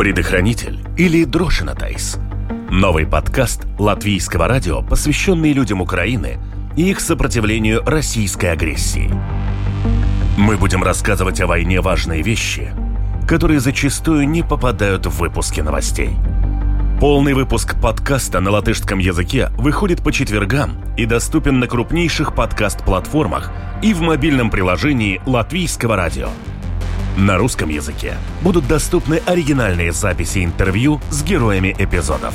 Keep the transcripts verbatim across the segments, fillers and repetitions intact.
Предохранитель или Дрошинатайс. Новый подкаст латвийского радио, посвященный людям Украины и их сопротивлению российской агрессии. Мы будем рассказывать о войне важные вещи, которые зачастую не попадают в выпуски новостей. Полный выпуск подкаста на латышском языке выходит по четвергам и доступен на крупнейших подкаст-платформах и в мобильном приложении латвийского радио. На русском языке будут доступны оригинальные записи интервью с героями эпизодов.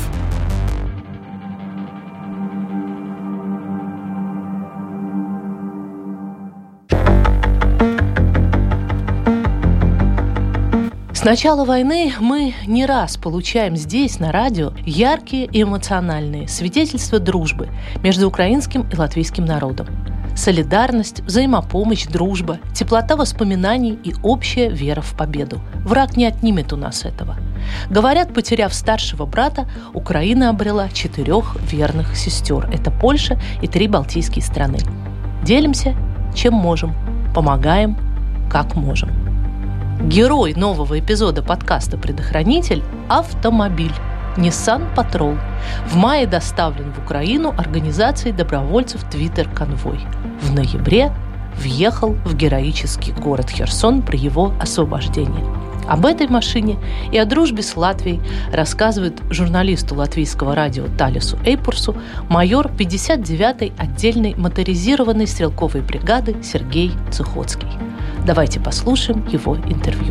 С начала войны мы не раз получаем здесь, на радио, яркие и эмоциональные свидетельства дружбы между украинским и латвийским народом. Солидарность, взаимопомощь, дружба, теплота воспоминаний и общая вера в победу. Враг не отнимет у нас этого. Говорят, потеряв старшего брата, Украина обрела четырех верных сестер. Это Польша и три балтийские страны. Делимся, чем можем, помогаем, как можем. Герой нового эпизода подкаста «Предохранитель» – автомобиль Nissan Patrol. В мае доставлен в Украину организацией добровольцев Twitter Конвой. В ноябре въехал в героический город Херсон при его освобождении. Об этой машине и о дружбе с Латвией рассказывает журналисту латвийского радио Талису Эйпурсу майор пятьдесят девятой отдельной моторизированной стрелковой бригады Сергей Цухоцкий. Давайте послушаем его интервью.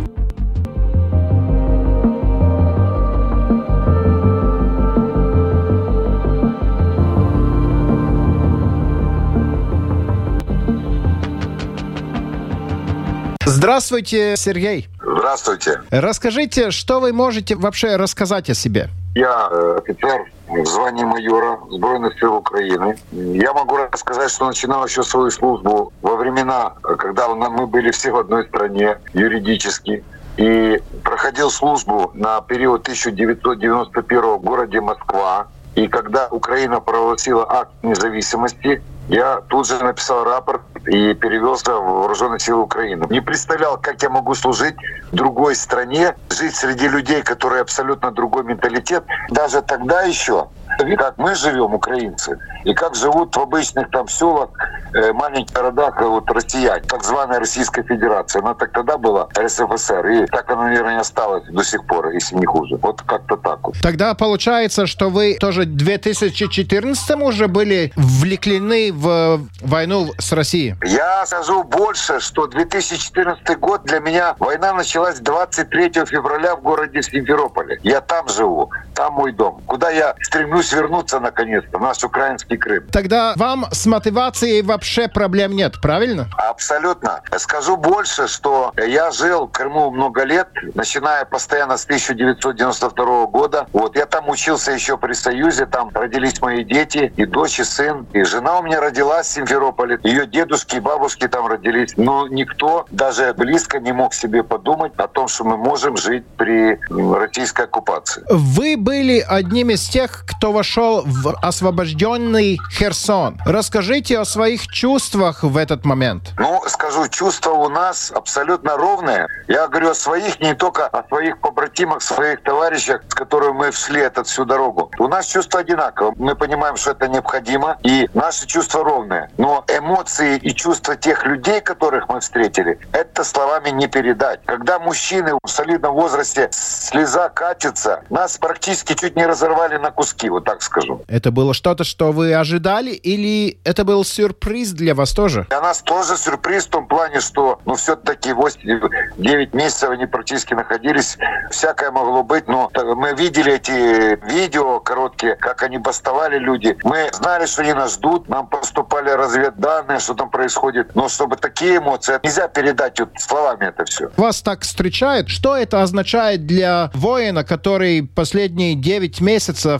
Здравствуйте, Сергей. Здравствуйте. Расскажите, что вы можете вообще рассказать о себе? Я э, офицер в звании майора Збройных сил Украины. Я могу рассказать, что начинал еще свою службу во времена, когда мы были все в одной стране юридически. И проходил службу на период тысяча девятьсот девяносто первого в городе Москва. И когда Украина провозгласила акт независимости, я тут же написал рапорт и перевелся в Вооруженные силы Украины. Не представлял, как я могу служить в другой стране, жить среди людей, которые абсолютно другой менталитет. Даже тогда еще, как мы живем, украинцы, и как живут в обычных там селах, маленьких городах вот, россияне, так званая Российская Федерация. Она так тогда была РСФСР, и так она, наверное, не осталась до сих пор, если не хуже. Вот как-то так вот. Тогда получается, что вы тоже в две тысячи четырнадцатом уже были вовлеклены в войну с Россией? Я скажу больше, что две тысячи четырнадцатый год для меня, война началась двадцать третьего февраля в городе Симферополе. Я там живу, там мой дом, куда я стремлюсь вернуться наконец-то, наш украинский Крым. Тогда вам с мотивацией вообще проблем нет, правильно? Абсолютно. Скажу больше, что я жил в Крыму много лет, начиная постоянно с тысяча девятьсот девяносто второго года. Вот я там учился еще при Союзе, там родились мои дети, и дочь, и сын, и жена у меня родилась в Симферополе, ее дедушки и бабушки там родились. Но никто даже близко не мог себе подумать о том, что мы можем жить при российской оккупации. Вы были одним из тех, кто вошел в освобожденный Херсон. Расскажите о своих чувствах в этот момент. Ну, скажу, чувства у нас абсолютно ровные. Я говорю о своих, не только о своих побратимах, своих товарищах, с которыми мы шли эту всю дорогу. У нас чувства одинаковые. Мы понимаем, что это необходимо, и наши чувства ровные. Но эмоции и чувства тех людей, которых мы встретили, это словами не передать. Когда мужчины в солидном возрасте, слеза катится, нас практически чуть не разорвали на куски, вот так скажу. Это было что-то, что вы ожидали, или это был сюрприз для вас тоже? Для нас тоже сюрприз в том плане, что ну все-таки восемь-девять месяцев они практически находились. Всякое могло быть, но мы видели эти видео короткие, как они бастовали люди. Мы знали, что они нас ждут, нам поступали разведданные, что там происходит. Но чтобы такие эмоции, нельзя передать вот словами это все. Вас так встречают? Что это означает для воина, который последние девять месяцев был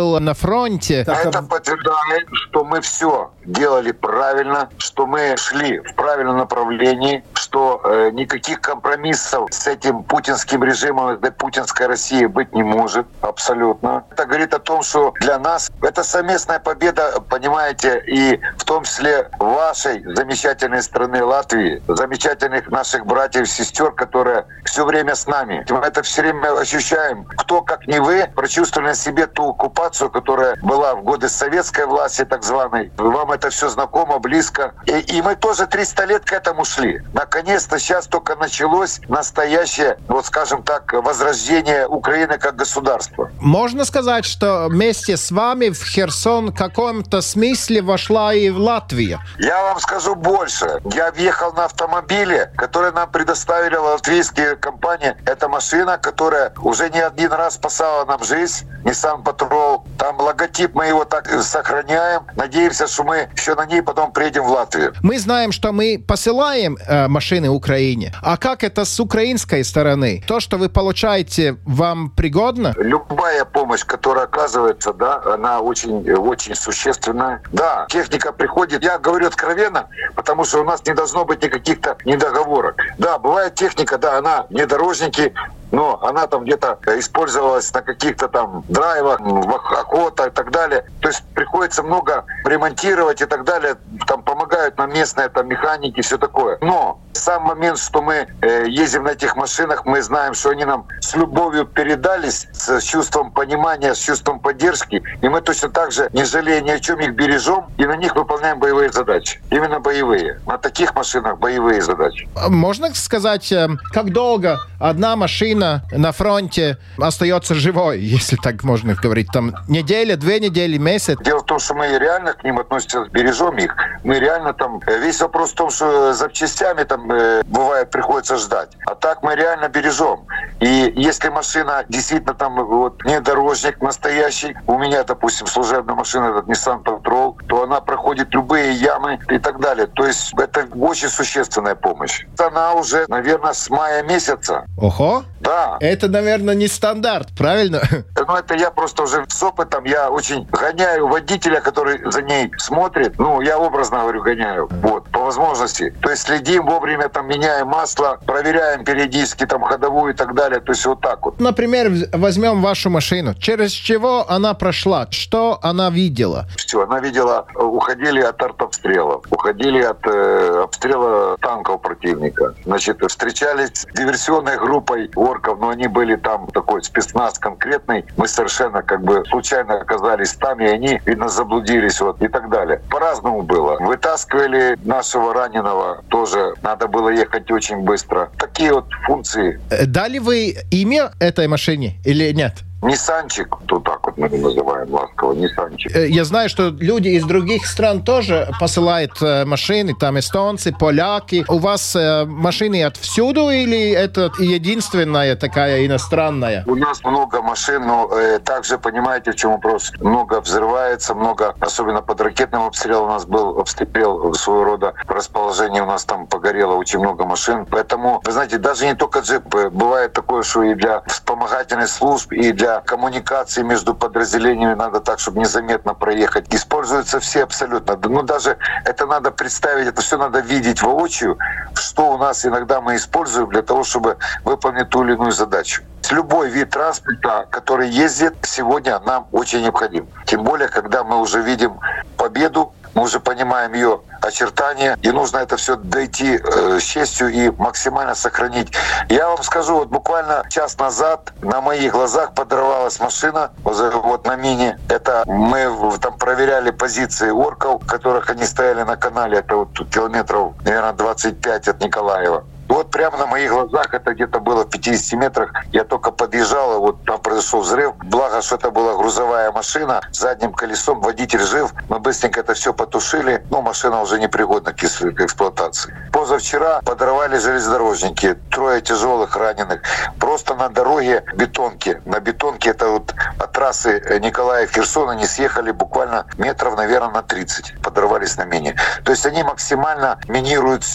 был на фронте. Это подтверждает, что мы все делали правильно, что мы шли в правильном направлении, что э, никаких компромиссов с этим путинским режимом, этой путинской Россией быть не может абсолютно. Это говорит о том, что для нас это совместная победа, понимаете, и в том числе вашей замечательной страны Латвии, замечательных наших братьев и сестер, которые все время с нами. Мы это все время ощущаем. Кто, как не вы, прочувствовали на себе ту оккупацию, которая была в годы советской власти, так званой. Вам это все знакомо, близко. И, и мы тоже триста лет к этому шли. Наконец-то сейчас только началось настоящее, вот скажем так, возрождение Украины как государства. Можно сказать, что вместе с вами в Херсон в каком-то смысле вошла и в Латвию? Я вам скажу больше. Я въехал на автомобиле, который нам предоставили латвийские компании. Это машина, которая уже не один раз спасала нам жизнь. Nissan Patrol. Там логотип, мы его так сохраняем. Надеемся, что мы еще на ней потом приедем в Латвию. Мы знаем, что мы посылаем э, машины Украине. А как это с украинской стороны? То, что вы получаете, вам пригодно? Любая помощь, которая оказывается, да, она очень, очень существенная. Да, техника приходит. Я говорю откровенно, потому что у нас не должно быть никаких-то недоговорок. Да, бывает техника, да, она внедорожники, но она там где-то использовалась на каких-то там драйвах, охота и так далее. То есть приходится много ремонтировать и так далее. Там помогают нам местные там механики, все такое. Но сам момент, что мы э, ездим на этих машинах, мы знаем, что они нам с любовью передались, с чувством понимания, с чувством поддержки. И мы точно так же, не жалея ни о чем, их бережем и на них выполняем боевые задачи. Именно боевые. На таких машинах боевые задачи. Можно сказать, как долго одна машина на фронте остается живой, если так можно говорить? Там неделя, две недели, месяц? Дело в том, что мы реально к ним относимся, бережем их. Мы реально там... Весь вопрос в том, что запчастями там бывает приходится ждать. А так мы реально бережем. И если машина действительно там вот внедорожник настоящий, у меня, допустим, служебная машина, этот Nissan Patrol, то она проходит любые ямы и так далее. То есть это очень существенная помощь. Она уже, наверное, с мая месяца. Ого! Да. Это, наверное, не стандарт, правильно? Ну, это я просто уже с опытом, я очень гоняю водителя, который за ней смотрит. Ну, я образно говорю, гоняю. Вот, по возможности. То есть следим вовремя, там, меняем масло, проверяем периодически там ходовую и так далее. То есть вот так вот. Например, возьмем вашу машину. Через чего она прошла? Что она видела? Все, она видела, уходили от артобстрелов, уходили от э, обстрела танков противника. Значит, встречались с диверсионной группой орков, но они были там такой спецназ конкретный. Мы совершенно как бы случайно оказались там, и они, видно, заблудились вот и так далее. По-разному было. Вытаскивали нашего раненого, тоже надо было ехать очень быстро. Такие вот функции. Дали вы имя этой машине или нет? Ниссанчик, вот так вот мы его называем ласково, Ниссанчик. Я знаю, что люди из других стран тоже посылают машины, там эстонцы, поляки. У вас машины отвсюду или это единственная такая иностранная? У нас много машин, но э, также, понимаете, в чем вопрос? Много взрывается, много, особенно под ракетным обстрелом у нас был обстрел своего рода, расположение у нас там погорело очень много машин. Поэтому, вы знаете, даже не только джипы, бывает такое, что и для вспомогательных служб, и для коммуникации между подразделениями надо так, чтобы незаметно проехать. Используются все абсолютно. Ну, даже это надо представить, это все надо видеть воочию, что у нас иногда мы используем для того, чтобы выполнить ту или иную задачу. Любой вид транспорта, который ездит, сегодня нам очень необходим. Тем более, когда мы уже видим победу, мы уже понимаем ее очертания, и нужно это все дойти э, с честью и максимально сохранить. Я вам скажу, вот буквально час назад на моих глазах подорвалась машина, вот, вот на мине. Это мы там проверяли позиции орков, в которых они стояли на канале, это вот километров, наверное, двадцать пять от Николаева. Вот прямо на моих глазах, это где-то было в пятидесяти метрах, я только подъезжал, и вот там произошел взрыв. Благо, что это была грузовая машина с задним колесом, водитель жив. Мы быстренько это все потушили, но машина уже непригодна к эксплуатации. Позавчера подорвали железнодорожники, трое тяжелых раненых. Просто на дороге бетонки. На бетонке, это вот от трассы Николаев-Херсон, они съехали буквально метров, наверное, на тридцать. Подорвались на мине. То есть они максимально минируют все.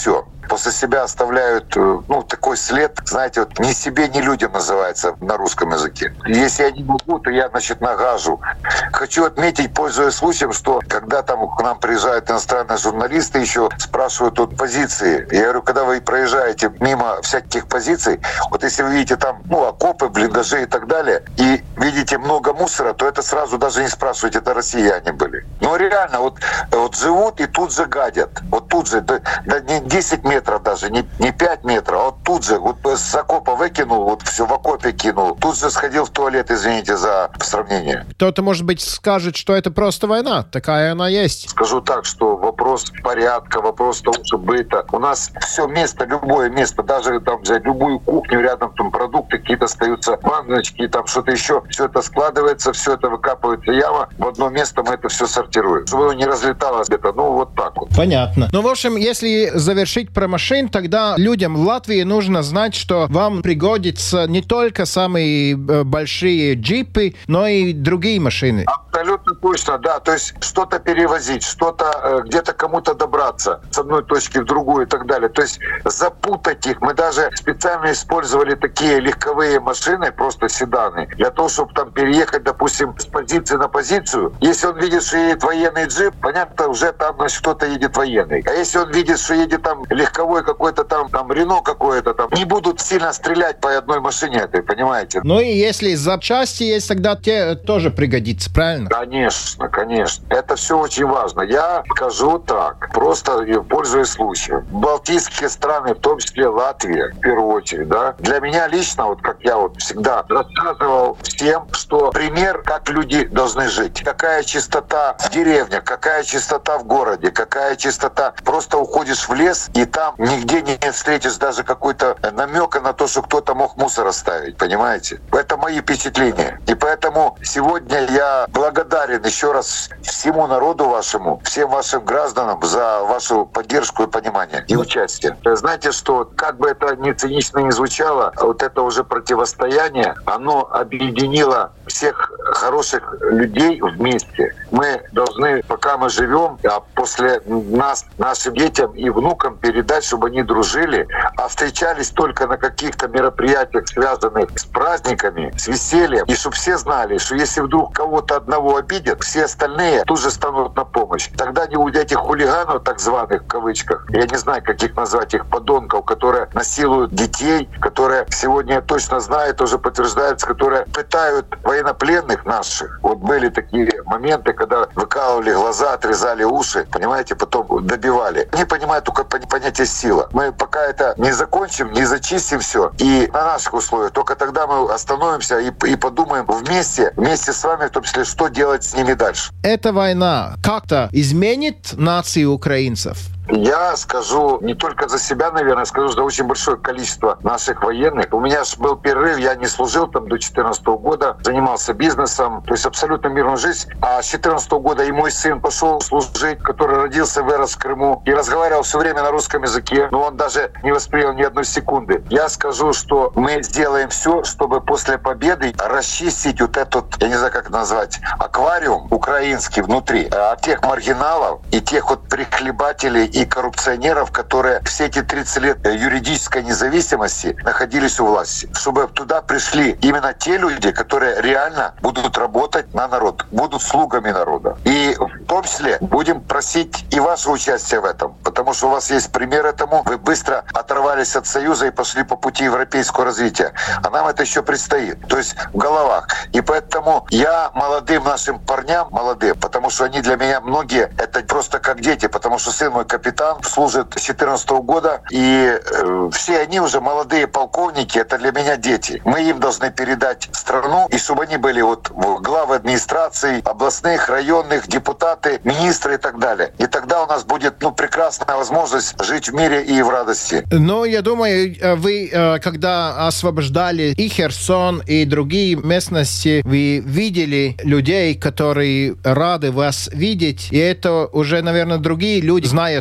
после себя оставляют, ну, такой след, знаете, вот «ни себе, ни людям» называется на русском языке. Если я не могу, то я, значит, нагажу. Хочу отметить, пользуясь случаем, что когда там к нам приезжают иностранные журналисты, еще спрашивают тут позиции. Я говорю, когда вы проезжаете мимо всяких позиций, вот если вы видите там, ну, окопы, блиндажи и так далее, и видите много мусора, то это сразу даже не спрашивайте, это россияне были. Но реально, вот, вот живут и тут же гадят. Вот тут же, да, да не десять метров даже, не, не пять метров, а вот тут же, вот с окопа выкинул, вот все в окопе кинул, тут же сходил в туалет, извините за сравнение. Кто-то, может быть, скажет, что это просто война, такая она есть. Скажу так, что вопрос порядка, вопрос того, что быта. У нас все место, любое место, даже там взять любую кухню, рядом там продукты какие-то остаются, баночки, там что-то еще, все это складывается, все это выкапывается яма, в одно место мы это все сортируем. Чтобы оно не разлеталось где-то, ну вот так вот. Понятно. Ну, в общем, если завершить про машин, тогда людям в Латвии нужно знать, что вам пригодятся не только самые большие джипы, но и другие машины. Абсолютно точно, да. То есть что-то перевозить, что-то где-то кому-то добраться с одной точки в другую и так далее. То есть запутать их. Мы даже специально использовали такие легковые машины, просто седаны, для того, чтобы там переехать, допустим, с позиции на позицию. Если он видит, что едет военный джип, понятно, уже там, значит, кто-то едет военный. А если он видит, что едет там легковой какой-то там, там Рено какое-то там, не будут сильно стрелять по одной машине этой, понимаете? Ну и если запчасти есть, тогда те тоже пригодится, правильно? Конечно, конечно. Это все очень важно. Я скажу так, просто пользуясь случаем. Балтийские страны, в том числе Латвия, в первую очередь, да, для меня лично, вот как я вот всегда рассказывал всем, что пример, как люди должны жить. Какая чистота в деревнях, какая чистота в городе, какая чистота. Просто уходишь в лес, и там нигде не встретишь даже какой-то намека на то, что кто-то мог мусор оставить, понимаете? Это мои впечатления. И поэтому сегодня я благодарен еще раз всему народу вашему, всем вашим гражданам за вашу поддержку и понимание, и участие. Знаете, что как бы это ни цинично ни звучало, вот это уже противостояние, оно объединило всех хороших людей вместе. Мы должны, пока мы живем, а после нас, нашим детям и внукам передать, чтобы они дружили, а встречались только на каких-то мероприятиях, связанных с праздниками, с весельем, и чтобы все знали, что если вдруг кого-то одного обидят, все остальные тут же станут на помощь. Тогда не у этих хулиганов, так званых, в кавычках, я не знаю, как их назвать, их подонков, которые насилуют детей, которые сегодня, я точно знаю, тоже подтверждается, которые пытают военнопленных наших. Вот были такие моменты, когда выкалывали глаза, отрезали уши, понимаете, потом добивали. Они понимают только понятие сила. Мы пока это не закончим, не зачистим все, и на наших условиях, только тогда мы остановимся и, и подумаем вместе, вместе с вами, в том числе, что делать с ними дальше. Эта война как-то изменит нацию украинцев? Я скажу не только за себя, наверное, скажу за очень большое количество наших военных. У меня же был перерыв, я не служил там до две тысячи четырнадцатого года, занимался бизнесом, то есть абсолютно мирную жизнь. А с две тысячи четырнадцатого года и мой сын пошел служить, который родился, вырос в Крыму и разговаривал все время на русском языке, но он даже не воспринял ни одной секунды. Я скажу, что мы сделаем все, чтобы после победы расчистить вот этот, я не знаю, как это назвать, аквариум украинский внутри, от тех маргиналов и тех вот прихлебателей и коррупционеров, которые все эти тридцать лет юридической независимости находились у власти. Чтобы туда пришли именно те люди, которые реально будут работать на народ, будут слугами народа. И в том числе будем просить и ваше участие в этом, потому что у вас есть пример этому. Вы быстро оторвались от Союза и пошли по пути европейского развития. А нам это еще предстоит. То есть в головах. И поэтому я молодым нашим парням, молодым, потому что они для меня многие, это просто как дети, потому что сын мой капитан, служит с две тысячи четырнадцатого года, и э, все они уже молодые полковники, это для меня дети. Мы им должны передать страну, и чтобы они были вот главы администрации, областных, районных, депутаты, министры и так далее. И тогда у нас будет, ну, прекрасная возможность жить в мире и в радости. Ну, я думаю, вы, когда освобождали и Херсон, и другие местности, вы видели людей, которые рады вас видеть, и это уже, наверное, другие люди знают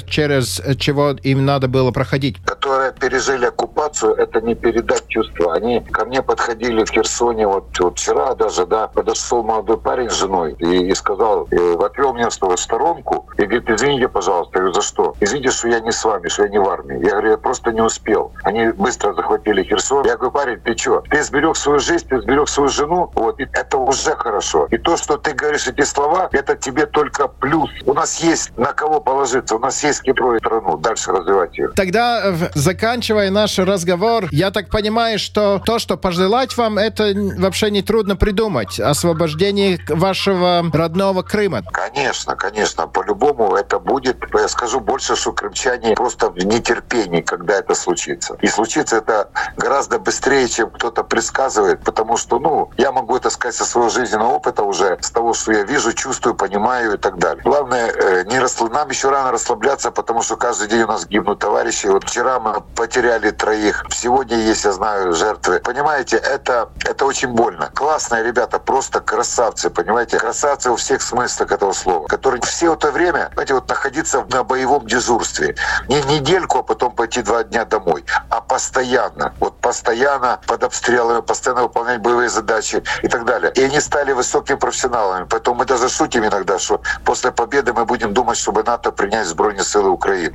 через чего им надо было проходить. Которые пережили оккупацию, это не передать чувства. Они ко мне подходили в Херсоне, вот, вот вчера даже, да, подошел молодой парень с женой и, и сказал, и отвел меня в сторонку и говорит: извините, пожалуйста. Я говорю: за что? Извините, что я не с вами, что я не в армии. Я говорю: я просто не успел. Они быстро захватили Херсон. Я говорю: парень, ты что? Ты сберег свою жизнь, ты сберег свою жену, вот, и это уже хорошо. И то, что ты говоришь эти слова, это тебе только плюс. У нас есть на кого положиться, у нас есть строить страну, дальше развивать ее. Тогда, заканчивая наш разговор, я так понимаю, что то, что пожелать вам, это вообще не трудно придумать. Освобождение вашего родного Крыма. Конечно, конечно. По-любому это будет. Я скажу больше, что крымчане просто в нетерпении, когда это случится. И случится это гораздо быстрее, чем кто-то предсказывает, потому что, ну, я могу это сказать со своего жизненного опыта уже, с того, что я вижу, чувствую, понимаю и так далее. Главное, не расслаб... нам еще рано расслабляться, потому что каждый день у нас гибнут товарищи. Вот вчера мы потеряли троих, сегодня есть, я знаю, жертвы. Понимаете, это, это очень больно. Классные ребята, просто красавцы, понимаете? Красавцы во всех смыслах этого слова, которые все это время, знаете, вот находиться на боевом дежурстве. Не недельку, а потом пойти два дня домой, а постоянно. Вот постоянно под обстрелами, постоянно выполнять боевые задачи и так далее. И они стали высокими профессионалами. Поэтому мы даже шутим иногда, что после победы мы будем думать, чтобы НАТО принять Збройные силы Украины.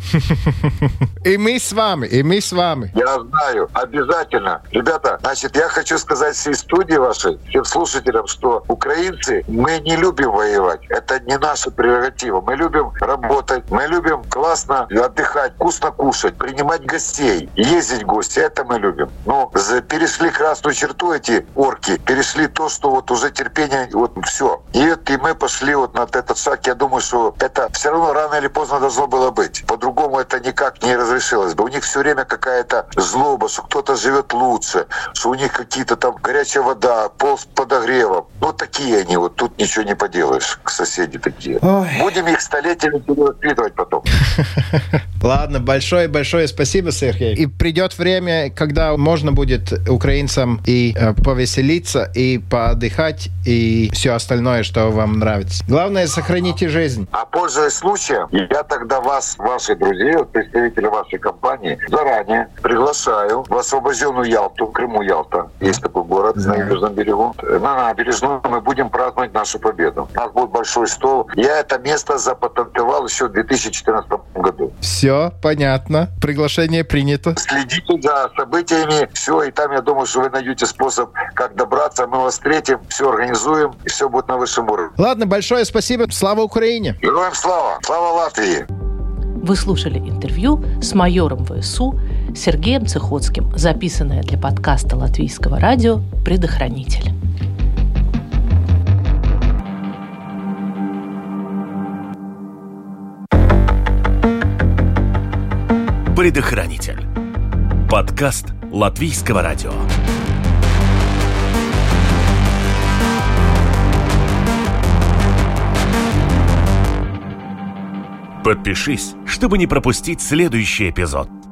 И мы с вами, и мы с вами. Я знаю, обязательно. Ребята, значит, я хочу сказать всей студии вашей, всем слушателям, что украинцы, мы не любим воевать. Это не наша прерогатива. Мы любим работать, мы любим классно отдыхать, вкусно кушать, принимать гостей, ездить в гости. Это мы любим. Но перешли красную черту эти орки, перешли то, что вот уже терпение, вот все. И, это, и мы пошли вот на этот шаг. Я думаю, что это все равно рано или поздно должно было быть. По-другому это никак не разрешилось бы. У них все время какая-то злоба, что кто-то живет лучше, что у них какие-то там горячая вода, пол с подогревом. Вот такие они, вот тут ничего не поделаешь, соседи такие. Ой. Будем их столетиями воспитывать потом. Ладно, большое-большое спасибо, Сергей. И придет время, когда можно будет украинцам и э, повеселиться, и поотдыхать, и все остальное, что вам нравится. Главное, сохраните жизнь. А пользуясь случаем, я тогда вас, ваши друзья, представители вашей компании, заранее приглашаю в освобожденную Ялту, в Крыму Ялта. Есть такой город да. на Южном берегу. На набережную мы будем праздновать нашу победу. У нас будет большой стол. Я это место запатентовал еще в две тысячи четырнадцатом году. Все, понятно. Приглашение принято. Следите за событиями. Все, и там, я думаю, что вы найдете способ, как добраться. Мы вас встретим, все организуем, и все будет на высшем уровне. Ладно, большое спасибо. Слава Украине! Героям слава! Слава Латвии! Вы слушали интервью с майором ВСУ Сергеем Цихоцким, записанное для подкаста Латвийского радио «Предохранитель». «Предохранитель». Подкаст Латвийского радио. Подпишись, чтобы не пропустить следующий эпизод.